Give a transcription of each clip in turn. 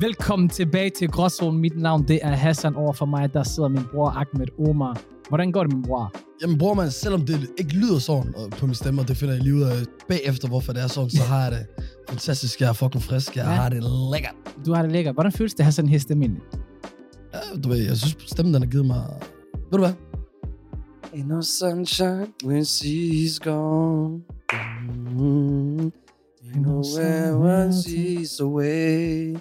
Velkommen tilbage til Gråzonen. Mit navn, det er Hassan. Over for mig, der sidder min bror Ahmed Omar. Hvordan går det, min bror? Jamen bror, man, selvom det ikke lyder sådan på min stemme, og det finder jeg lige ud af bagefter, hvorfor det er sådan, så har jeg det fantastisk. Jeg er fucking frisk. Jeg har det lækkert. Du har det lækkert. Hvordan føles det at have sådan en her stemme egentlig? Ja, du ved, jeg synes, stemmen den har givet mig... Ved du hvad? Ain't no sunshine when she's gone. Ain't nowhere when she's away.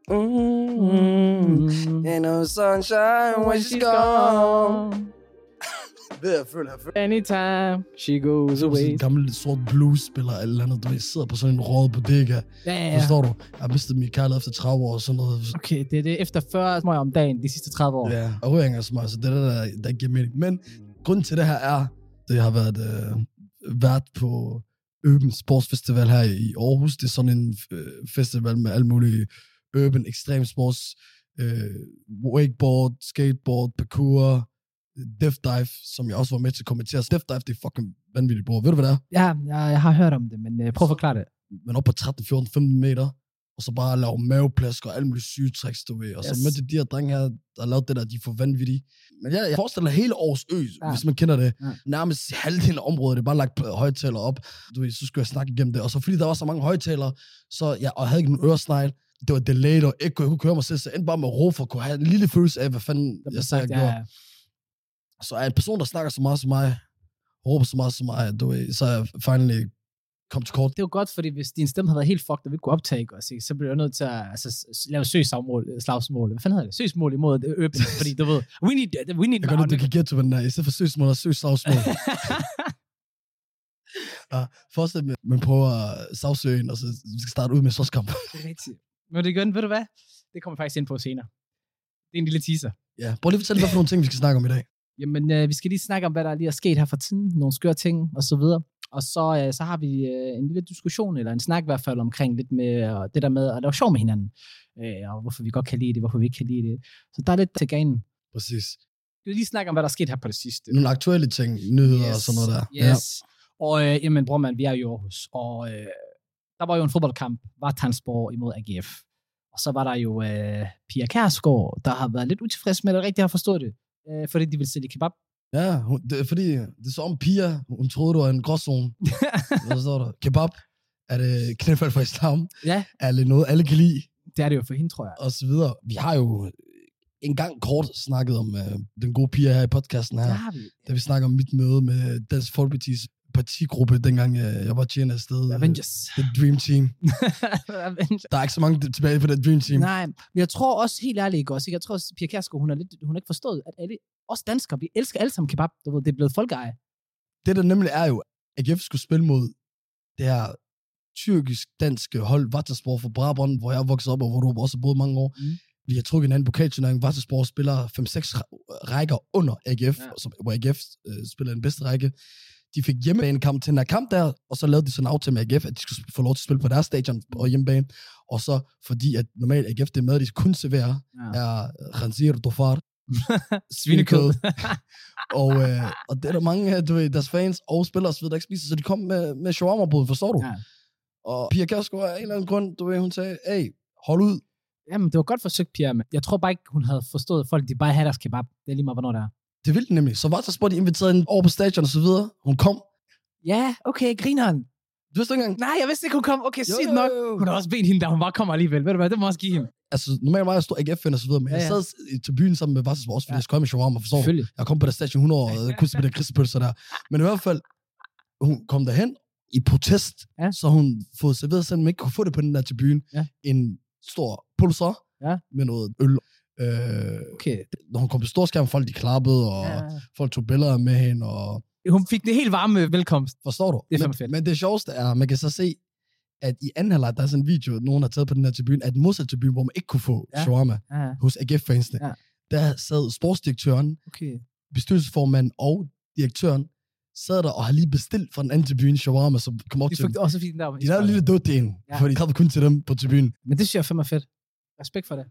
Ain't no sunshine when she's gone. Det jeg føler. Anytime she goes away. Sådan en gammel sort blues-spiller eller andet, du ved, sidder på sådan en rød bodega. Ja. Forstår du? Jeg har mistet min kærlighed efter 30 år og sådan noget. Okay, det er det efter 40 smøger om dagen de sidste 30 år. Ja, og røring er så meget, så det er der giver mening. Men grunden til det her er, det har været vært på Urban Sportsfestival her i Aarhus. Det er sådan en festival med alle mulige urban extreme sports, wakeboard, skateboard, parkour, Death Dive, som jeg også var med til at kommentere. Death Dive, det er fucking vanvittigt, bror. Ved du, hvad det er? Ja, jeg har hørt om det, men prøv at forklare det. Man er op på 13, 14, 15 meter, og så bare lave maveplask og alle mulige syge tricks, du ved. Og så med de her drenge her, der har lavet det der, de er for vanvittige. Men jeg forestiller hele Aarhus Ø, hvis man kender det. Ja. Nærmest halvdelen af området, det er bare lagt højtaler op. Du ved, så skulle jeg snakke igennem det. Og så fordi der var så mange højtalere, så jeg havde ikke nogen øresnegl. Det var delayed, og ikke kunne høre mig selv, så endte bare med at råbe for at kunne have en lille følelse af, hvad fanden jeg sagde, jeg gjorde. Så er en person, der snakker så meget som mig, råber så meget som mig, du ved, så er jeg finally kom til kort. Det er jo godt, fordi hvis din stemme havde været helt fucked, og vi ikke kunne optage os, så bliver jeg nødt til at lave slagsmål. Hvad fanden hedder det? Søgsmål imod Urban, fordi du ved, we need jeg godt, du kan gætte på den der, i stedet for søgsmål og slagsmål. Forestil mig, man prøver Savsøen, og så skal starte ud med slåskamp. Det er rigtigt. Men det gør den, ved du hvad? Det kommer vi faktisk ind på senere. Det er en lille teaser. Ja, prøv lige at fortælle, hvad for nogle ting, vi skal snakke om i dag. Jamen, vi skal lige snakke om, hvad der lige er sket her for tiden. Nogle skøre ting, og så videre. Og så har vi en lille diskussion, eller en snak i hvert fald, omkring lidt med det der med at lave sjov med hinanden. Og hvorfor vi godt kan lide det, hvorfor vi ikke kan lide det. Så der er lidt til ganen. Præcis. Vi vil lige snakke om, hvad der er sket her på det sidste. Nogle aktuelle ting, nyheder og sådan noget der. Yes. Ja. Og jamen, bror, vi er i Aarhus. Og der var jo en fodboldkamp, Vartansborg imod AGF. Og så var der jo Pia Kjærsgaard, der har været lidt utilfreds med, at rigtig har forstået det. Fordi de vil sælge kebab. Ja, fordi det er så om Pia, hun troede, du var en gråzone. Hvad står der? Kebab? Er det knæfald for islam? Ja. Er det noget, alle kan lide? Det er det jo for hende, tror jeg. Og så videre. Vi har jo engang kort snakket om den gode Pia her i podcasten her. Det har vi. Da vi snakker om mit møde med Dansk Folkepartis partigruppe, dengang jeg var tjener afsted. Avengers. The Dream Team. Der er ikke så mange tilbage på det Dream Team. Nej, men jeg tror også, helt ærligt ikke også, jeg tror også, Pia Kjærsgaard, hun har ikke forstået, at alle, os danskere, vi elsker alle sammen kebab. Du ved, det er blevet folkeeje. Det der nemlig er jo, at AGF skulle spille mod det her tyrkisk-danske hold, Vartansborg fra Brabant, hvor jeg er vokset op, og hvor du også har boet mange år. Vi har trukket en anden pokalturnering. Vartansborg spiller 5-6 rækker under AGF, hvor AGF spiller den bedste række. De fik hjemmebanekamp til den her kamp der, og så lavede de sådan en aftale med AGF, at de skulle få lov til at spille på deres stadion og hjemmebane. Og så, fordi at normalt AGF, det mad, de kun serverer, er khanzir, dofar, svinekød. og det er der mange, du ved, deres fans og spillere osv., der ikke spiser, så de kom med shawarma-brød, forstår du? Ja. Og Pia Kjærsgaard af en eller anden grund, du ved, hun sagde, hey, hold ud. Jamen, det var godt forsøgt, Pia, men jeg tror bare ikke, hun havde forstået, at folk, de bare havde deres kebab. Det er lige meget, hvornår det er. Det ville nemlig. Så Vartansborg, de inviterede hende over på stadion og så videre. Hun kom. Ja, okay, grineren. Du vidste ikke engang? Nej, jeg vidste ikke, hun kom. Okay, sygt nok. Hun har også bedt hende, da hun bare kommer alligevel. Ved du hvad, det må også give hende. Altså, normalt var jeg stor AGF-fan og så videre, men jeg sad til byen sammen med Vartansborg også, fordi jeg skulle have med shawarma, forstår du? Jeg kom på det stadion 100 år, og kunne se på det grissepølser der. Men i hvert fald, hun kom derhen i protest, så hun fået serveret, selvom hun ikke kunne få det på den der til byen, en stor pulser med noget øl. Okay. Når hun kom på storskærm, folk de klappede, og folk tog billeder med hende, og... Hun fik det helt varme velkomst. Forstår du? Det er fedt. Men det sjoveste er, man kan så se, at i anden halvleg, der er sådan en video, nogen har taget på den her tribune, at modsat tribune, hvor man ikke kunne få shawarma hos AGF-fansene, der sad sportsdirektøren, bestyrelsesformanden og direktøren, sad der og har lige bestilt fra den anden tribune shawarma, som kom op til dem. Også fik den der. De lavede en lille død det ind, fordi de havde kun til dem på tribunen. Men det synes jeg fandme fedt. Respekt for det.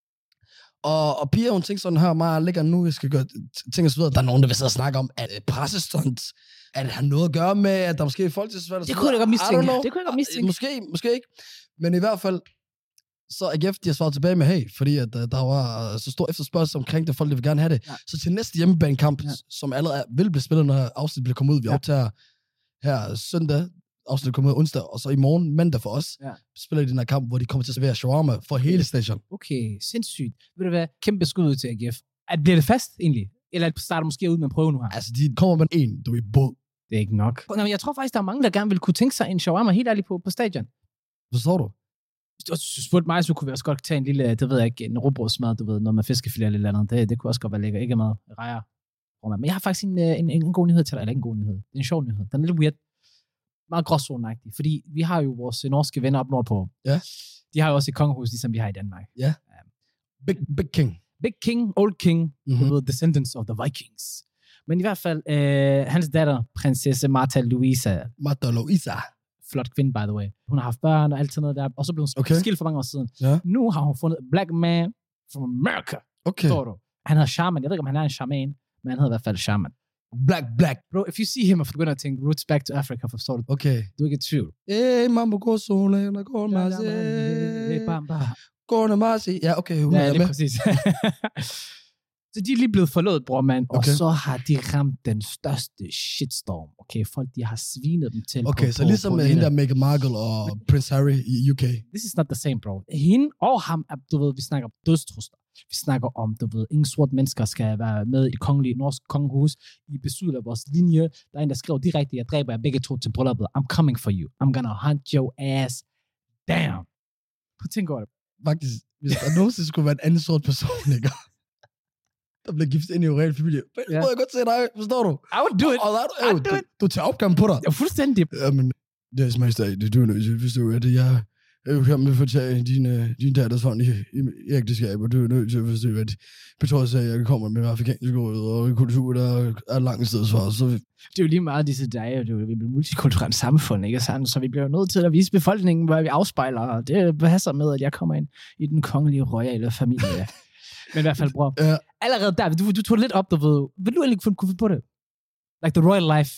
Og Pia, hun tænkte sådan her, meget lækker nu, jeg skal gøre ting og så videre. Der er nogen, der vil sidde og snakke om, at pressestunt, at det har noget at gøre med, at der måske er folketingsvalg. Det kunne jeg godt mistænke. Måske ikke. Men i hvert fald, Så AGF, de har svaret tilbage med, hey, fordi at, der var så stor efterspørgsel omkring det, folk vil gerne have det. Ja. Så til næste hjemmebanekamp, som allerede vil blive spillet, når afsnit bliver kommet ud, vi optager her søndag, afsnit kommer ud onsdag, og så i morgen, mandag for os, spiller de den her kamp, hvor de kommer til at servere shawarma for hele stadion. Okay, sindssygt. Ved du hvad, kæmpe skud ud til AGF. Bliver det fast egentlig? Eller starter måske ud med at prøve nu her? Altså, de kommer med en, du er i båd. Det er ikke nok. Nå, jeg tror faktisk, der er mange, der gerne vil kunne tænke sig en shawarma helt ærligt på stadion. Forstår du? Hvis du spurgte mig, så kunne vi også godt tage en lille, det ved jeg ikke, en rugbrødsmad, du ved, noget med fiskefilet eller andet. Det kunne også godt være lækker. Ikke meget rejer. Men jeg har faktisk en god nyhed til dig. Eller ikke en god nyhed. Det er en sjov nyhed. Den er lidt weird. Meget gråzoneagtig. Fordi vi har jo vores norske venner op nordpå. Ja. De har jo også et kongehus, ligesom vi har i Danmark. Ja. Big King. Big King, Old King, descendants of the Vikings. Men i hvert fald, hans datter, prinsesse Martha Louisa. Flot kvinde, by the way. Hun har haft børn og alt sådan noget der. Og så blev hun skilt for mange år siden. Ja. Nu har hun fundet Black Man from America. Okay. Forstår du? Han hedder Shaman. Jeg ved ikke, om han er en shaman, men han hedder i hvert fald Shaman. Black. Bro, if you see him, og begynder at tænke roots back to Africa, forstår du? Okay. Du er ikke i tvivl. Mambo go sole, na go masi. Gå masi. Ja, okay. Ja, det er præcis. Så de er lige blevet forlovet, bror mand, og så har de ramt den største shitstorm. Okay, folk, de har svinet dem til. Okay, så ligesom hende der Meghan Markle og Prince Harry i UK. This is not the same, bro. Hende og ham, du ved, vi snakker om dødstrusler. Vi snakker om, du ved, ingen sorte mennesker skal være med i det kongelige norske kongehus. I besudler af vores linje. Der er en, der skriver direkte, jeg dræber jer begge to til brylluppet. I'm coming for you. I'm gonna hunt your ass down. Prøv at tænke over det. Faktisk, hvis der nogensinde skulle være en anden sort person, ikke? Der bliver giftet ind i en real familie. Det må jeg godt se dig, forstår du? I would do it. Du tager opgaven på dig. Ja, fuldstændig. Jamen, det er smagsdag. Du er nødt til at forstå, at jeg er jo her med at tage din datters hånd i ægteskab, og du er nødt til at forstå, at på trods af, at jeg kommer med afrikansk råd og kultur, der er langt stedsvar. Så det er jo lige meget disse dage, det er jo et multikulturelt samfund, ikke sandt? Så vi bliver nødt til at vise befolkningen, hvor vi afspejler, og det passer med, at jeg kommer ind i den kongelige royale familie. Men i hvert fald, bror. Allerede der, du tog lidt op, du ved. Vil du egentlig kunne finde på det? Like the royal life.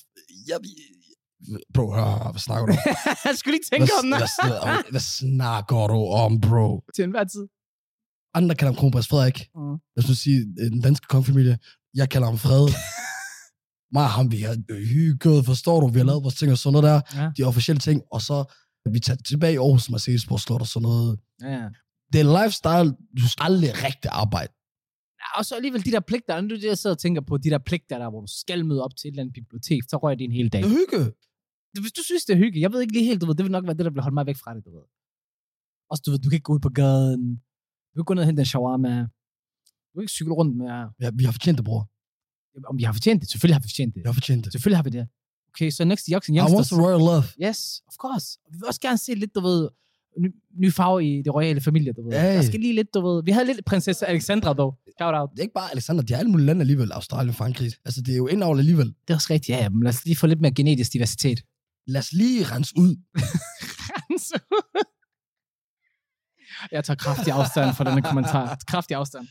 Bro, hvad snakker du om? Jeg skulle ikke tænke om det. Hvad snakker du om, bro? Til enhver tid. Andre kalder ham kronprins Frederik. Lad os sige, den danske kongefamilie. Jeg kalder ham Fred. Mig og ham, vi har hygget, forstår du? Vi har lavet vores ting og sådan noget der. Ja. De officielle ting. Og så vi tager tilbage i Aarhus, Marseillesportslot og sådan noget. Ja. Det er lifestyle, du skal aldrig rigtig arbejde. Ja, og så alligevel de der pligter, nu det jeg sidder og tænker på, de der pligter der, hvor du skal møde op til et eller andet bibliotek, så rører det en hel dag. Det er hygge. Hvis du synes, det er hygge, jeg ved ikke lige helt, du ved, det vil nok være det, der bliver holdt mig væk fra det, du ved. Også, du ved, du kan ikke gå ud på gaden, du kan gå ned og hente en shawarma, du kan ikke cykle rundt med. Ja, vi har fortjent det, bror. Om vi har fortjent det? Selvfølgelig har vi fortjent det. Vi har fortjent det. Selvfølgelig har vi det. Okay, så next to Youngsters. I want the royal love. Yes, of course. Vi vil også gerne se lidt, du ved, ny farve i det royale familie, du ved. Hey. Der skal lige lidt, du ved. Vi havde lidt prinsesse Alexandra, dog. Shout out. Det er ikke bare Alexandra, de er alle mulige lande alligevel. Australien, Frankrig. Altså, det er jo indavl alligevel. Det er også rigtigt, ja. Men lad os lige få lidt mere genetisk diversitet. Lad os lige rense ud. Rense ud? Jeg tager kraftig afstand for denne kommentar. Kraftig afstand.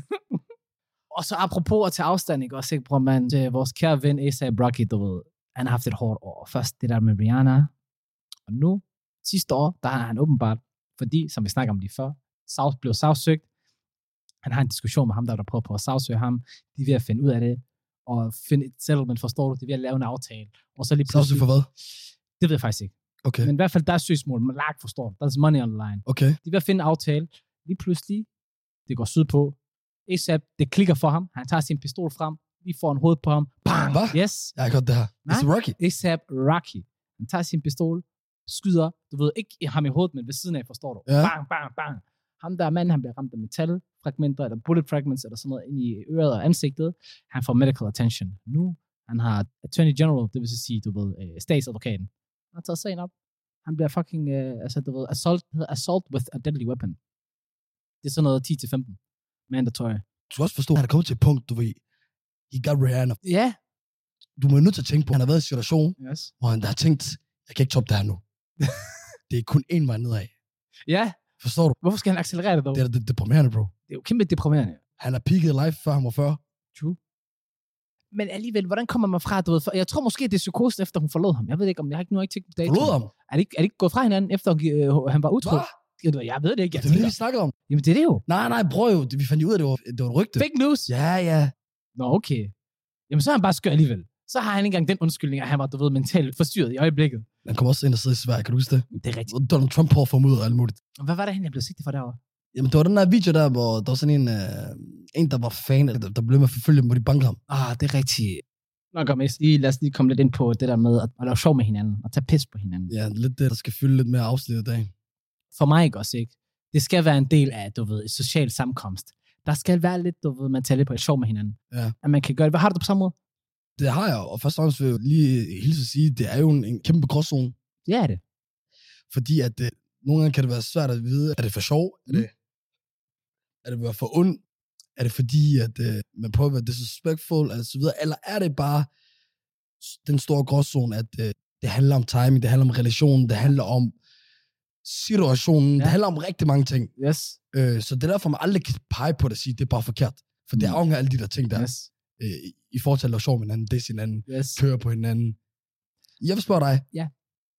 Og så apropos at tage afstand, ikke også, ikke, bror man, til vores kære ven A$AP Rocky, du ved. Han har haft et hårdt år. Først det der med Rihanna. Og nu, sidste år, der har han åbenbart, fordi, som vi snakker om lige før, blev sagsøgt. Han har en diskussion med ham, der prøver på at sagsøge ham. De er ved at finde ud af det, og finde et settlement, forstår du? De er ved at lave en aftale. Og så lige pludselig... Sagsøg for hvad? Det ved jeg faktisk ikke. Okay. Men i hvert fald, der er søgsmål. Man lagt forstår. Der er money on the line. Okay. De er ved at finde en aftale. Lige pludselig, det går sydpå. A$AP, det klikker for ham. Han tager sin pistol frem. Vi får en hoved på ham. Bang! Hvad? Yes. Jeg har godt det her. Nej. Det er Rocky. A$AP Rocky. Han tager sin pistol, skyder, du ved, ikke ham i hovedet, men ved siden af, forstår du? Ja. Bang, bang, bang. Ham der mand, han bliver ramt af metalfragmenter, eller bullet fragments, eller sådan noget, ind i øret og ansigtet. Han får medical attention. Nu, han har Attorney General, det vil sige, du ved, statsadvokaten. Han har taget sagen op. Han bliver fucking, du ved, assault with a deadly weapon. Det er sådan noget 10-15. Mandatory. Du skal også forstå, at han er kommet til et punkt, du ved, he got Rihanna. Ja. Du må jo nødt til at tænke på, at han har været i en situation, hvor han har tænkt, jeg kan ikke toppe det her nu. Det er kun én vej nedad. Ja. Forstår du? Hvorfor skal han accelerere det dog? Det er deprimerende, bro. Det er jo kæmpe deprimerende. Han har peaked life, før han var 40. True. Men alligevel, hvordan kommer man fra, du ved, jeg tror måske, det er psykosen, efter hun forlod ham. Jeg ved ikke, om jeg har ikke tænkt på det. Forlod ham? Er det ikke gået fra hinanden, efter han var utro? Jeg ved det ikke. Det er det, vi snakker om. Jamen, det er det jo. Nej, bror jo. Vi fandt jo ud af, det var et rygte. Fake news? Ja. Nå, okay. Jamen, så er han bare skør alligevel. Så har han ikke engang den undskyldning, at han var, mentalt forstyrret i øjeblikket. Han kommer også ind og sidder i Sverige, kan du huske det? Det er rigtigt. Donald Trump prøver at få ham ud og alt muligt. Og hvad var det, han blev sigtet for derovre? Jamen, det var den der video der, hvor der var sådan en der var fan, der blev med at forfølge dem, hvor de banker ham. Det er rigtigt. Nok om lad os lige komme lidt ind på det der med at lave sjov med hinanden, og tage pis på hinanden. Ja, lidt det, der skal fylde lidt mere afsnit i dag. For mig ikke også, ikke? Det skal være en del af, et social sammenkomst. Der skal være lidt, man tager lidt på et sjov med hinanden. Ja. At man kan gøre det. Hvad har du på samme måde? Det har jeg, og først og fremmest vil jeg lige hilse at sige, det er jo en kæmpe gråzone. Det er det. Fordi at nogle gange kan det være svært at vide, er det for sjov? Er det for ond? Er det fordi, at man prøver at være disrespectful, og så videre? Eller er det bare den store gråzone, at det handler om timing, det handler om relationen, det handler om situationen, det handler om rigtig mange ting. Yes. Så det er derfor, man aldrig kan pege på det og sige, det er bare forkert. For det er afhængig af alle de der ting, der i forhold til at lave sjov med hinanden, det hinanden, køre på hinanden. Jeg vil spørge dig. Ja.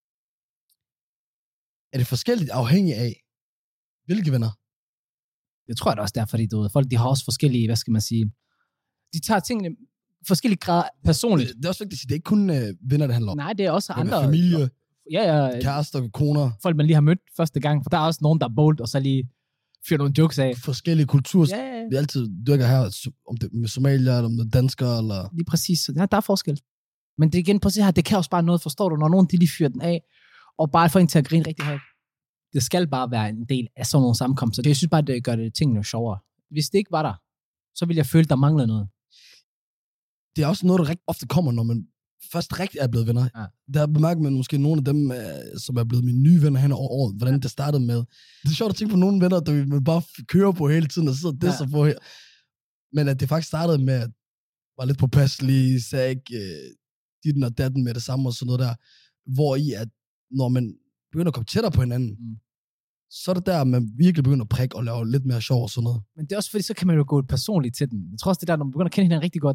Er det forskelligt afhængigt af, hvilke venner? Det tror jeg da også, der, fordi folk de har også forskellige, hvad skal man sige, de tager tingene forskellige grader personligt. Det er også vigtigt at sige, det er ikke kun venner, det handler om. Nej, det er også andre. Familie, kærester, koner. Folk, man lige har mødt første gang, for der er også nogen, der er bold, og så lige fyrer nogle jokes af. Forskellige kulturer. Vi altid dykker her, om det med somalier, eller med danskere, eller... Lige præcis, så der er forskel. Men det igen på sig her, det kan også bare noget, forstår du, når nogen de lige fyrer den af, og bare får en til at grine rigtig højt. Det skal bare være en del af sådan nogle sammenkomster. Jeg synes bare, det gør det tingene sjovere. Hvis det ikke var der, så ville jeg føle, der manglede noget. Det er også noget, der rigtig ofte kommer, når man først rigtig er blevet venner. Ja. Der bemærker man måske nogle af dem, som er blevet mine nye venner hen over året, hvordan det startede med. Det er sjovt at tænke på nogle venner, der man bare kører på hele tiden, og så det så på her. Men at det faktisk startede med, at var lidt påpasselig, sagde ikke ditten og datten med det samme og sådan noget der, hvor i at når man begynder at komme tættere på hinanden, så er det der, man virkelig begynder at prikke og lave lidt mere sjov og sådan noget. Men det er også fordi, så kan man jo gå personligt til den. Jeg tror også, det der, når man begynder at kende hinanden rigtig godt,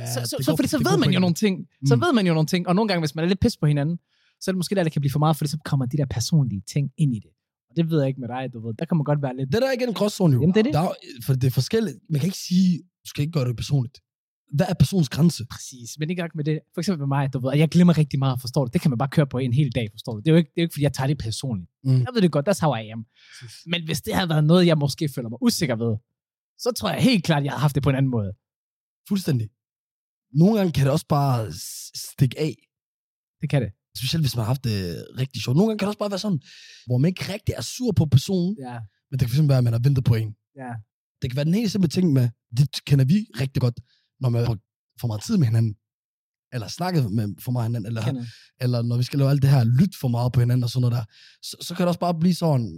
så ved man jo nogle ting. Så ved man jo nogle ting, og nogle gange, hvis man er lidt pis på hinanden, så er det måske der kan blive for meget, fordi så kommer de der personlige ting ind i det. Og det ved jeg ikke med dig, du ved. Der kan man godt være lidt... Det der er ikke en gråzone jo. Jamen, det er det. For det er forskelligt. Man kan ikke sige, du skal ikke gøre det personligt. Hvad er personens grænse? Præcis, men ikke nok med det. For eksempel med mig, du ved, jeg glemmer rigtig meget, forstår du? Det kan man bare køre på en hel dag, forstår du? Det er jo ikke fordi jeg tager det personligt. Jeg ved det godt, that's how I am. Men hvis det havde været noget, jeg måske føler mig usikker ved, så tror jeg helt klart, at jeg havde haft det på en anden måde. Fuldstændig. Nogle gange kan det også bare stikke af. Det kan det. Specielt hvis man har haft det rigtig sjovt. Nogle gange kan det også bare være sådan, hvor man ikke rigtig er sur på personen, men det kan fx være, at man har ventet på en. Ja. Det kan være den helt simple ting med, det kender vi rigtig godt, når man får meget tid med hinanden, eller snakket med for meget hinanden, eller når vi skal lave alt det her, lytte for meget på hinanden og sådan noget der, så kan det også bare blive sådan,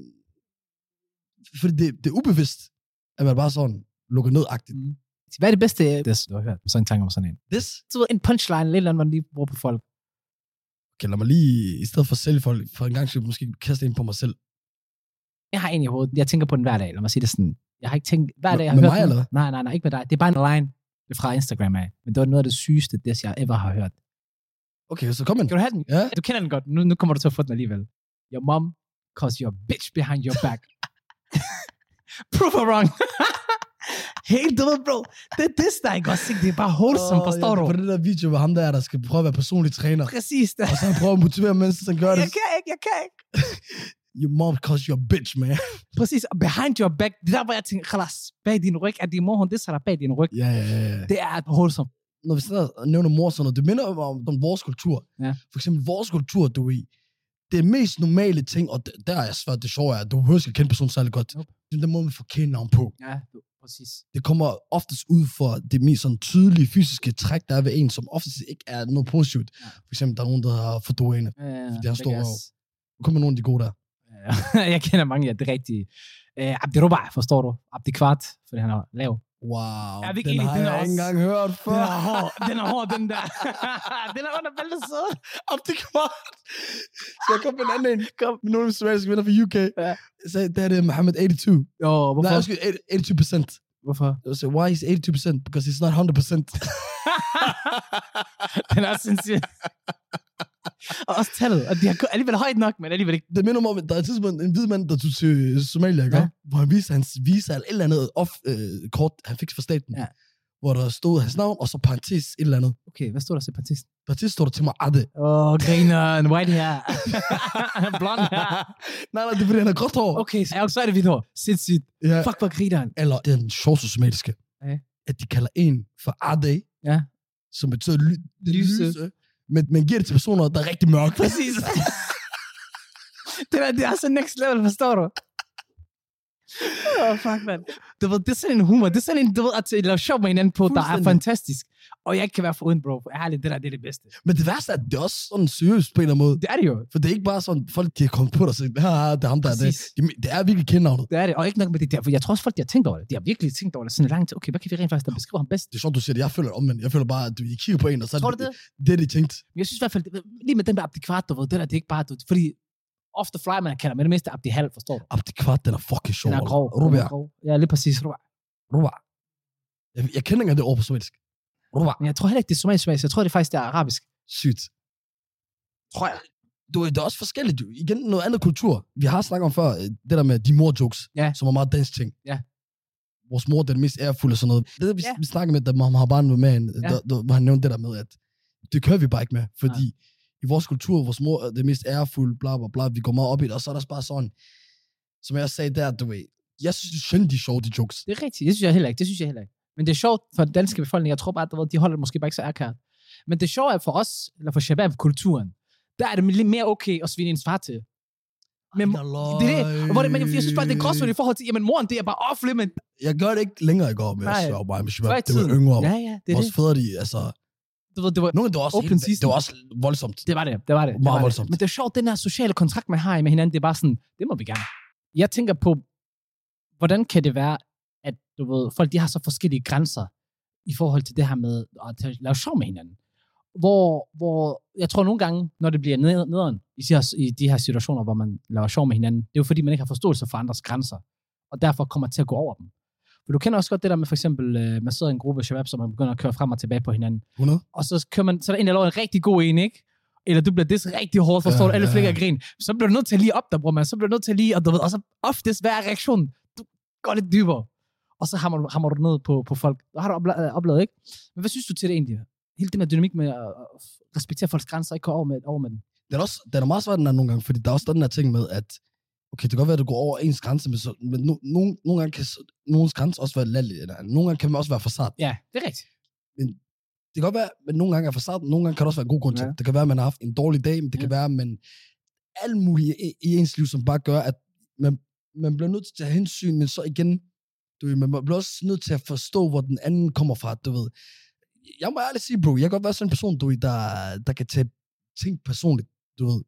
fordi det er ubevidst, at man bare sådan lukker ned-agtigt. Hvad er det bedste, du har hørt sådan en tanke om sådan en? Så en punchline, lidt eller andet, man lige bruger på folk. Okay, lad mig lige, i stedet for at sælge folk, for en gang skal måske kaste ind på mig selv. Jeg har en i hovedet, jeg tænker på den hver dag, lad mig sige det sådan. Jeg har ikke tænkt, hver dag jeg har hørt mig, eller? Nej, ikke med dig. Det er bare en line fra Instagram af. Men det var noget af det sygeste, det jeg ever har hørt. Okay, så kom ind. Kan du have den? Ja. Du kender den godt. Nu kommer du til at få den alligevel. Your mom calls your bitch behind your back. Prove her wrong. Helt død, bro. Det er det, der ikke også. Det er bare wholesome, forstår du? På det der video, hvor ham der skal prøve at være personlig træner. Præcis det. Og så han prøver at motivere, mens han gør det. Jeg kan ikke. Your mom calls you a bitch, man. Præcis, og behind your back, det der, hvor jeg tænker, khalas, bag din ryg, at din mor, hun det sætter bag din ryg. Ja. Det er wholesome. Når vi sidder og nævner mor sådan noget, det minder om vores kultur. Ja. For eksempel vores kultur, du ved, det mest normale ting, og der er svært, det sjove er, at du behøver ikke at kende personen særlig godt. Nope. Det er den måde, man får kendenavn på. Ja, præcis. Det kommer oftest ud for det mest sådan tydelige fysiske træk, der er ved en, som oftest ikke er noget positivt. Ja. For eksempel, der er nogen, der har Fedorine. Fordi han står over. Nu kommer nogle af de gode der. Jeg kender mange, ja, det er rigtige. Abdirubai, forstår du? Abdikvart, fordi han er lav. Wow, den har jeg ikke engang hørt før. Den er hård, den der. Den er under bæltet sød. Abdikvart. Skal jeg komme med en anden en? Kom. Med nogle af de somaliske venner fra UK. Ja. Så det er det Mohammed 82. Jo, hvorfor? Nej, 82%. Hvorfor? So why is 82%? Because it's not 100%. Den er sindssygt. Og også tallet. Og de har alligevel højt nok, men alligevel ikke. Det minder mig om, der er et tidspunkt en hvid mand, der tog til Somalia, hvor han viste hans visa eller et eller andet kort, han fik fra staten. Ja. Hvor der stod hans navn, og så parentes et eller andet. Okay, hvad stod der til parentes? Parentes stod der til mig, Ade. Griner, white hair. Blond hair. Nej, det er fordi, han har gråt hår. Okay, så er det hvidt hår. Sindssygt. Ja. Fuck, hvor griner han. Eller, det er den sjoveste somaliske. Ja. At de kalder en for Ade. Ja. Som betyder lyse. Men giver det til personer, der er rigtig mørke. Præcis. det er så next level, forstår du? Fuck, man. Det er sådan en humor. Det er sådan en, at lave sjov med hinanden på, der er fantastisk. Og jeg ikke kan være foruden, bro. Ærligt, det er det bedste. Men det værste er, at det er også sådan seriøst på en eller anden måde. Det er det jo. For det er ikke bare sådan, folk de har kommet på dig og sagt, det er ham, der er det. Det er virkelig kendnavnet. Det er det, og ikke nok med det der. For jeg tror også, folk de har tænkt over det. De har virkelig tænkt over det sådan langt. Okay, hvad kan vi rent faktisk, der beskriver ham bedst? Det er sådan, du siger det. Jeg føler omvendt. Jeg føler bare, at I kigger på en, og så tror er det, de tænkt. Men jeg synes i hvert fald, lige med den der Abdi Kvart, det er ikke bare, fordi off the fly, man kalder med det meste Abdi Halv, forstår du? Abdi Kvart, den er fucking sjov. Den er grov. Ja, lige præcis. Ruba. Jeg kender ikke det ord på somalisk. Ruba. Men jeg tror heller ikke, det er somalisk. Jeg tror, det faktisk er arabisk. Sygt. Tror jeg. Det er også forskelligt. Igen, noget andet kultur. Vi har snakket om før, det der med de mor-jokes, som er meget dansk ting. Ja. Vores mor, den mest ærefulde og sådan noget. Det vi snakker med, da man har barn med hende, hvor han nævnte det der med, at det kører vi bare ikke med, fordi i vores kultur, vores mor er det mest ærefulde, bla bla bla, vi går meget op i det, og så er der bare sådan, som jeg sagde der, du ved, jeg synes, det er sjældent, de sjove, de jokes. Det er rigtigt, det synes jeg heller ikke. Men det er sjovt for den danske befolkning, jeg tror bare, at de holder det måske bare ikke så ærkært. Men det sjove er for os, eller for shabab-kulturen, der er det lidt mere okay at svine ens far til. Men det er det. Men jeg synes bare, det er gråsvagt i forhold til, jamen moren, det er bare off-limit. Jeg gør det ikke længere i går med at svare mig med shabab. Det var yngre. Ja, det er vores fædre, de, altså... Det var også voldsomt. Det var det. Meget voldsomt. Men det er sjovt, den her sociale kontrakt, man har med hinanden, det er bare sådan, det må vi gerne. Jeg tænker på, hvordan kan det være, at folk de har så forskellige grænser i forhold til det her med at lave sjov med hinanden. Hvor jeg tror nogle gange, når det bliver nederen i de her situationer, hvor man laver sjov med hinanden, det er jo fordi, man ikke har forståelse for andres grænser, og derfor kommer til at gå over dem. For du kender også godt det der med, for eksempel, man sidder i en gruppe shabab, som man begynder at køre frem og tilbage på hinanden. 100. Og så kører man, så er der en, der laver en rigtig god en, ikke? Eller du bliver det rigtig hårdt, forstår du, alle flækker af grin. Så bliver du nødt til at lige op der, bror, man. Så bliver du nødt til at lige, og så oftest, hvad er reaktionen? Du går lidt dybere. Og så hammer du ned på folk. Det har du oplevet, ikke? Men hvad synes du til det egentlig? Hele det med dynamik med at respektere folks grænser, ikke gå over med den. Det er meget svært den her nogle gange, fordi der er også den her ting med, at okay, det kan godt være, at du går over ens grænse, men nogle gange kan nogens grænse også være latterlig, eller nogle gange kan man også være for sart. Ja, det er rigtigt. Men det kan godt være, at nogle gange er for sart, nogle gange kan det også være en god grund til. Det kan være, at man har haft en dårlig dag, men det kan være, at man alt muligt i ens liv, som bare gør, at man bliver nødt til at tage hensyn, men så igen, man bliver også nødt til at forstå, hvor den anden kommer fra, du ved. Jeg må ærligt sige, bro, jeg kan godt være sådan en person, der kan tage ting personligt, du ved.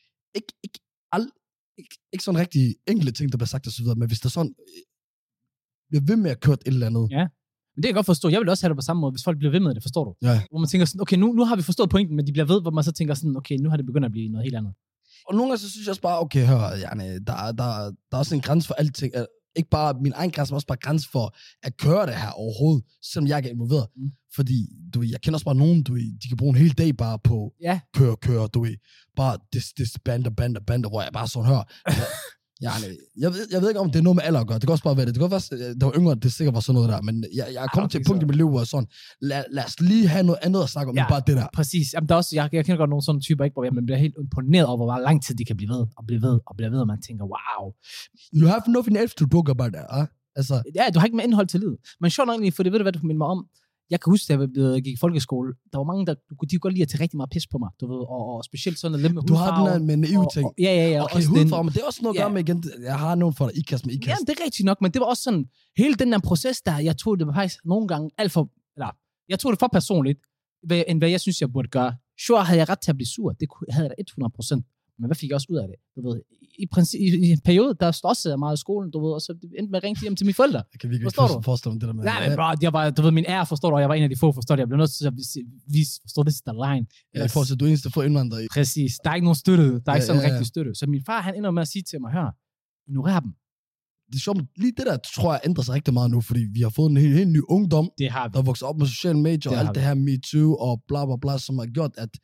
Ikke sådan rigtig enkle ting, der bliver sagt og så videre, men hvis der sådan bliver ved med at køre et eller andet. Ja, men det kan jeg godt forstå. Jeg vil også have det på samme måde, hvis folk bliver ved med det, forstår du? Ja. Hvor man tænker sådan, okay, nu har vi forstået pointen, men de bliver ved, hvor man så tænker sådan, okay, nu har det begyndt at blive noget helt andet. Og nogle gange så synes jeg også bare, okay, hør, der er også en grænse for alting. Ikke bare min egen grænse, men også bare grænse for at køre det her overhovedet, selvom jeg ikke er involveret. Fordi, jeg kender også bare nogen, de kan bruge en hel dag bare på køre, bare this bander, hvor jeg bare sådan hører. Jeg ved ikke, om det er noget med alder at gøre. Det kan også bare være det. Det kan også være, det var yngre, det sikkert var sådan noget der, men jeg er kommet til et punkt i mit liv, hvor jeg sådan, lad os lige have noget andet at snakke om, end bare det der. Præcis. Jamen, der er også, jeg kender godt nogle sådan typer, ikke, hvor man bliver helt imponeret over, hvor lang tid de kan blive ved, og man tænker, wow. You have nothing else to talk about that, altså. Ja, du har ikke med indhold til livet. Men sjovt nok egentlig, for det ved du, hvad du minder mig om. Jeg kan huske, da jeg gik i folkeskole, der var mange, de kunne godt lide at tage rigtig meget pis på mig, du ved, og specielt sådan lidt med hudfarve. Du har den der med naive ting. Ja. Okay, hudfarve, men det er også noget at gøre med igen. Jeg har nogen for dig, ikast med ikast. Ja, det er rigtigt nok, men det var også sådan, hele den der proces der, jeg tog det faktisk nogle gange jeg tog det for personligt, end hvad jeg synes, jeg burde gøre. Sure, havde jeg ret til at blive sur, det havde jeg da 100%. Men hvad fik jeg også ud af det? Du ved, i en periode, der stod også meget i skolen, du ved, og så endte med at ringe hjem til mine forældre. Jeg kan virkelig ikke forestille mig det der med. Nej, men bro, jeg var, du ved, min ære, forstår du, og jeg var en af de få, forstår du, jeg blev nødt til at vise, forstår det, der line. Ja, i forhold til, at du er eneste få indvandrere i. Præcis, der er ikke nogen støtte, der er ikke sådan rigtig støtte. Så min far, han ender med at sige til mig, hør, ignorer dem. Det er sjovt, lige det der, tror jeg, ændrer sig rigtig meget nu, fordi vi har fået en helt ny ungdom, det har vi. Der vokser op med sociale medier, og alt det her MeToo, og bla bla bla, som har gjort, at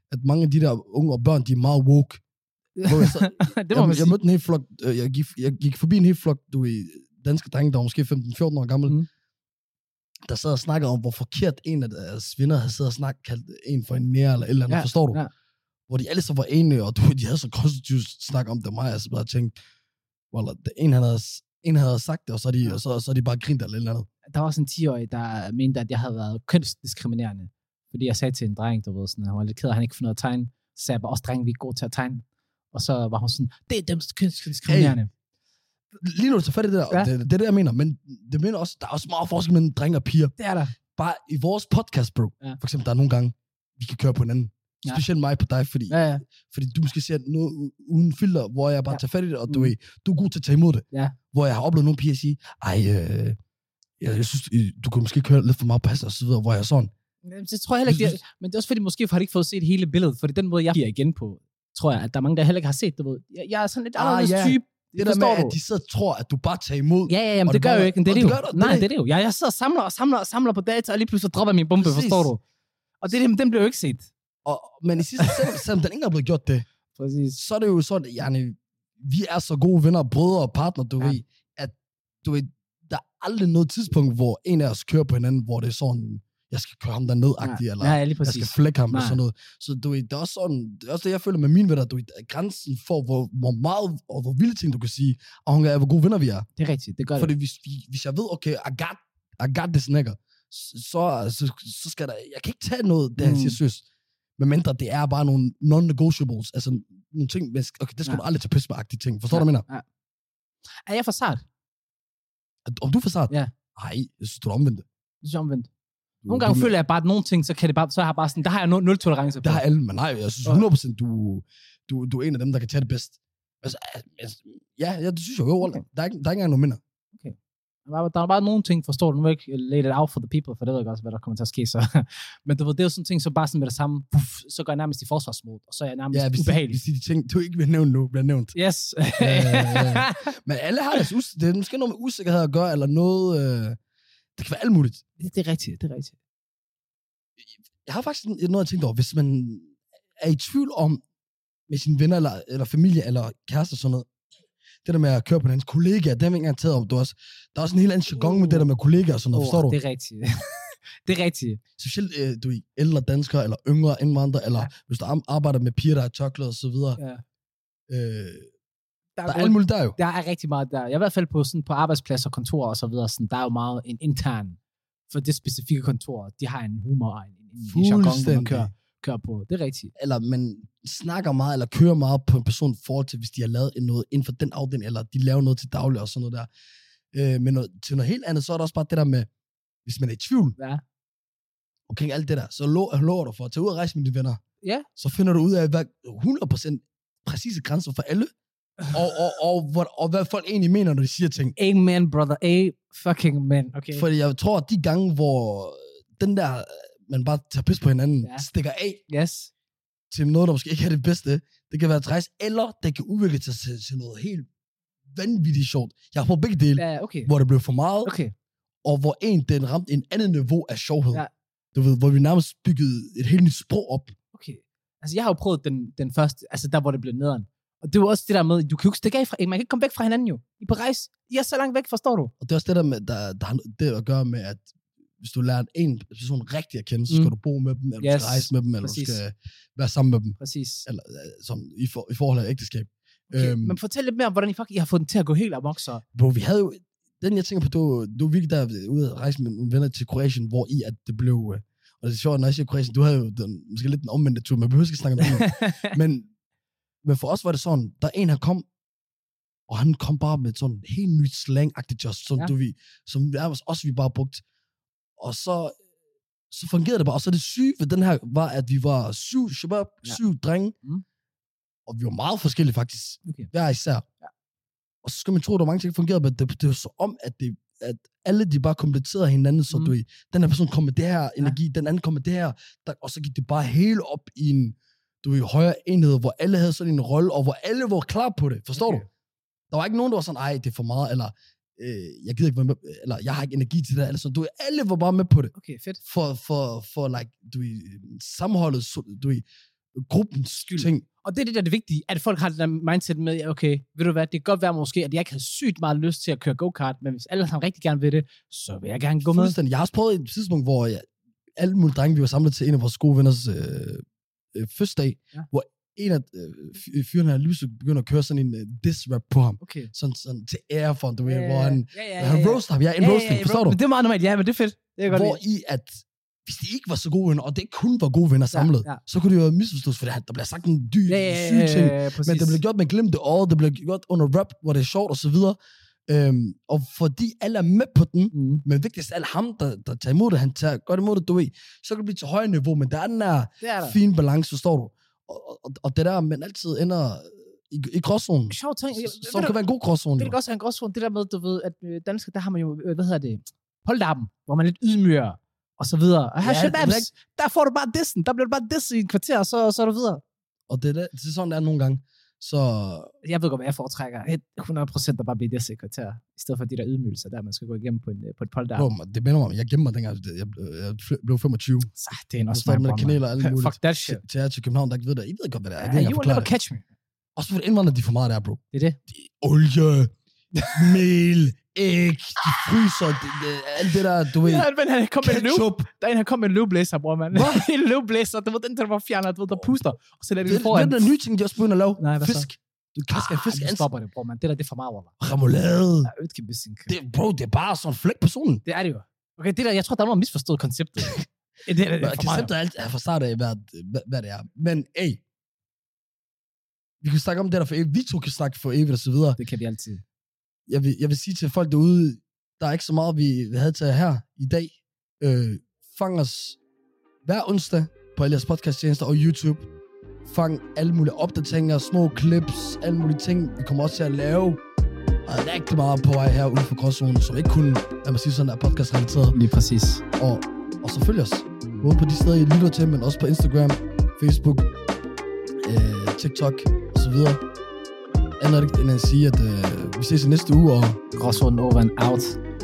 at mange af de der unge og børn, de er meget woke. Det må man sige. Jeg mødte en hel flok, jeg gik forbi en hel flok, danske drenge, der var måske 15-14 år gammel, der sad og snakkede om, hvor forkert en af deres venner havde siddet og kaldt en for en nære, eller et eller andet, forstår du? Ja. Hvor de alle så var enige, og de havde så konstruktivt snak om det, mig, altså bare tænkt, en havde sagt det, og så er de bare grint eller et eller andet. Der var også en 10-årig, der mente, at jeg havde været kønsdiskriminerende, fordi jeg sagde til en dreng, du ved, sådan, han var lidt ked af, han ikke kunne finde noget at tegne, så sagde jeg bare, også drenge, vi er gode til at tegne. Og så var hun sådan, det er dem kønsdiskriminerende. Hey, lige nu så fat i det der, det er det, jeg mener, men det mener også, der er også meget forskel mellem drenge og piger. Det er der. Bare i vores podcast, bro, for eksempel, der er nogle gange, vi kan køre på hinanden. Specielt mig på dig, fordi du måske ser noget uden filter, hvor jeg bare tager fat i det, og du er god til at tage imod det. Ja. Hvor jeg har oplevet nogle piger sige, jeg synes, du kunne måske køre lidt for meget pas og så videre, hvor jeg er sådan. Det tror jeg heller ikke, men det er også fordi, måske har de ikke fået set hele billedet, for den måde, jeg giver igen på, tror jeg, at der er mange, der heller ikke har set det. Jeg er sådan lidt anderledes type. Det der med, at de sidder og tror, at du bare tager imod. Ja, men det gør jo ikke. Det er det jo. Nej, det er det jo. Jeg sidder og samler på data, og lige pludselig dropper min bombe, forstår du? Og den bliver jo ikke set. Men i sidste selvom den ikke har blevet gjort det, så er det jo sådan, vi er så gode venner, brødre og partner, at der er aldrig noget tidspunkt, hvor en af os kører på hinanden, hvor det er sådan, jeg skal køre ham derned-agtigt, eller jeg skal flække ham, eller sådan noget. Så det er også sådan, det er også det, jeg føler med mine venner, grænsen for, hvor meget og hvor vilde ting, du kan sige, afhænger af, hvor gode venner vi er. Det er rigtigt, det gør det. Fordi hvis jeg ved, okay, I got this nigga, så skal der, jeg kan ikke tage noget, der siger søs. Men mindre, det er bare nogle non-negotiables, altså nogle ting, okay, det skal du aldrig tage pisse med-agtige ting. Forstår du, hvad jeg mener? Er jeg for sart? Om du er for sart? Ja. Nej, jeg synes, du er omvendt. Det er omvendt. Nogle gange føler jeg bare, at nogle ting, så har jeg bare sådan, der har jeg nul tolerance på. Der har alle, men nej, jeg synes 100%, du er en af dem, der kan tage det bedst. Altså, det synes jeg jo. Okay. Der er ikke engang noget mindre. Okay. Der er bare nogle ting, forstår du, nu ikke lay it out for the people, for det ved jeg også, hvad der kommer til at ske så. Men det er jo sådan ting, så bare sådan med det samme, så går jeg nærmest i forsvarsmode, og så er jeg nærmest ubehagelig. Hvis de ting, du ikke vil nævne nu, bliver nævnt. Yes. Men alle har det er måske noget med usikkerhed at gøre, eller noget, det kan være alt muligt. Det er rigtigt. Jeg har faktisk noget at tænke over, hvis man er i tvivl om, med sine venner, eller familie, eller kærester og sådan noget, det der med at køre på hans kollegaer, dem er ikke engang taget om. Der er også en helt anden jargon med det der med kollegaer og sådan noget, forstår du? Det er rigtigt. Det er rigtigt. Specielt ældre danskere, eller yngre indvandrere, eller hvis du arbejder med piger, der er tørklæder og så videre. Ja. Der er alt muligt der jo. Der er rigtig meget der. Jeg er i hvert fald på arbejdspladser, kontorer og så videre, sådan, der er jo meget en intern, for det specifikke kontor, de har en humor og en jargon, hvor man kører på. Det er rigtigt. Eller man snakker meget, eller kører meget på en person i forhold til, hvis de har lavet noget inden for den afdeling, eller de laver noget til daglig og sådan noget der. Men til noget helt andet, så er der også bare det der med, hvis man er i tvivl omkring alt det der, så lover du for at tage ud og rejse med dine venner. Ja. Så finder du ud af, hvad 100% præcise grænser for alle, og hvad folk egentlig mener, når de siger ting. Amen, brother. Fucking man. Okay. Fordi jeg tror, at de gange, hvor den der, man bare tager pis på hinanden, stikker af til noget, der måske ikke er det bedste, det kan være træs, eller det kan udvikle sig til noget helt vanvittigt sjovt. Jeg har prøvet begge dele, hvor det blev for meget, og hvor den ramte en anden niveau af sjovhed. Ja. Du ved, hvor vi nærmest byggede et helt nyt sprog op. Okay. Altså, jeg har jo prøvet den første, altså der, hvor det blev nederen. Og det er jo også det der med, du kan jo ikke stikke af fra, man kan ikke komme væk fra hinanden jo. I er på rejse. I er så langt væk, forstår du? Og det er også det der med, der har det at gøre med, at hvis du lærer en person rigtig at kende, så skal du bo med dem, eller du skal rejse med dem, eller du skal være sammen med dem. Præcis. Eller sådan, i forhold til ægteskab. Okay. Men fortæl lidt mere om, hvordan I har fået den til at gå helt amok så. Bro, vi havde jo, den jeg tænker på, du virkelig der ude at rejse med nogle venner til Kroatien, hvor i at det blev, og det er sjovt, når jeg siger Kroatien, du havde jo måske lidt den omvendte tur, men vi behøver ikke snakke om det. Men for os var det sådan, der en her kom, og han kom bare med sådan helt nyt slang-agtigt just, som nærmest også vi bare brugt. Og så fungerede det bare. Og så det syge ved den her var, at vi var 7 drenge, og vi var meget forskellige faktisk, hver især. Ja. Og så skal man tro, at der var mange ting, der fungerede, men det var så om, at alle de bare kompletterede hinanden, så den her person kom med det her energi, den anden kom med det her, og så gik det bare hele op i en højere enhed, hvor alle havde sådan en rolle, og hvor alle var klar på det. Forstår du? Der var ikke nogen, der var sådan, ej, det er for meget, eller jeg gider ikke være med, eller jeg har ikke energi til det, eller sådan. Alle var bare med på det. Okay, fedt. For like, sammenholdet, gruppens skyld. Ting. Og det er det, der er det vigtige, at folk har det der mindset med, okay, ved du hvad, det kan godt være måske, at jeg ikke har sygt meget lyst til at køre go-kart, men hvis alle sammen rigtig gerne vil det, så vil jeg gerne gå med. Jeg har også prøvet et tidspunkt, hvor alle mulige drenge, vi var samlet til en af vores gode venners fødselsdag, hvor en af fyrene her lige begynder at køre sådan en diss-rap på ham. Okay. Sådan til ære for ham, du ved, hvor han roaster ham. En roasting, forstår du? Men det er meget normalt, ja, men det er fedt. Det er godt hvor i, at hvis de ikke var så gode venner, og det kun var gode venner samlet, så kunne det jo misforstås, for der bliver sagt en dyr, syg ting, men det bliver gjort med glemte øjet, det bliver gjort under rap, hvor det er sjovt og så videre. Og fordi alle er med på den, men vigtigst af alt ham, der tager imod det, han tager godt imod det, du ved, så kan det blive til højere niveau, men der er den der fine balance, forstår du? Og det der, man altid ender i gråzonen. Sjov ting. Så kan være en god gråzone. Det kan også være en gråzone. Det der med, du ved, at danskere, der har man jo, polterappen, hvor man er lidt ydmyger, og så videre. Og her Shababs, der får du bare dissen. Der bliver du bare dissen i et kvarter, og så er du videre. Og det er sådan, det er nogle gange. Så... Jeg ved godt, hvad jeg foretrækker. 100% der bare bliver disset i et kvarter, i stedet for de der ydmygelser, der man skal gå igennem på et polterappen. Det minder mig om, jeg gemmer mig dengang, jeg blev 25. Så det er også meget med kaneler og alt muligt. Fuck that shit. Til København, der ikke ved det. I ved godt, hvad det er. You will never catch me. Også for det indvandrer, de for meget der, bro. Det er det. Olie, mel, æg, de fryser, alt det der, du ved, men han kom ketchup. Der er en, han kom med en løvblæser, bror, mand. En løvblæser, du ved, den der var fjernet, du ved, der puster, og så lader det foran. Det er den nye ting, de også begynder at lave. Nej, fisk. Du kasker en fisk. Du stopper det, bror, mand. Det der, det er for meget, bror. Remoulade. Bro, det er bare sådan en flæk på solen. Det er det jo. Okay, det der, jeg tror, der er nogen misforstået konceptet. Konceptet er fra start af, hvad det er. Men, vi kan snakke om det der for evigt. Vi to kan snakke for evigt og så videre. Det kan vi altid. Jeg vil sige til folk derude, der er ikke så meget, vi havde til her i dag. Fang os hver onsdag på alle jeres podcasttjenester og YouTube. Fang alle mulige opdateringer, små clips, alle mulige ting. Vi kommer også til at lave rigtig meget på vej her ude for gråzonen, som ikke kun, lad mig sige sådan, er podcast-relateret. Lige præcis. Og så følg os. Både på de steder, I lytter til, men også på Instagram, Facebook, TikTok og så videre. Andet end at sige, at vi ses i næste uge, og gråzonen over and out.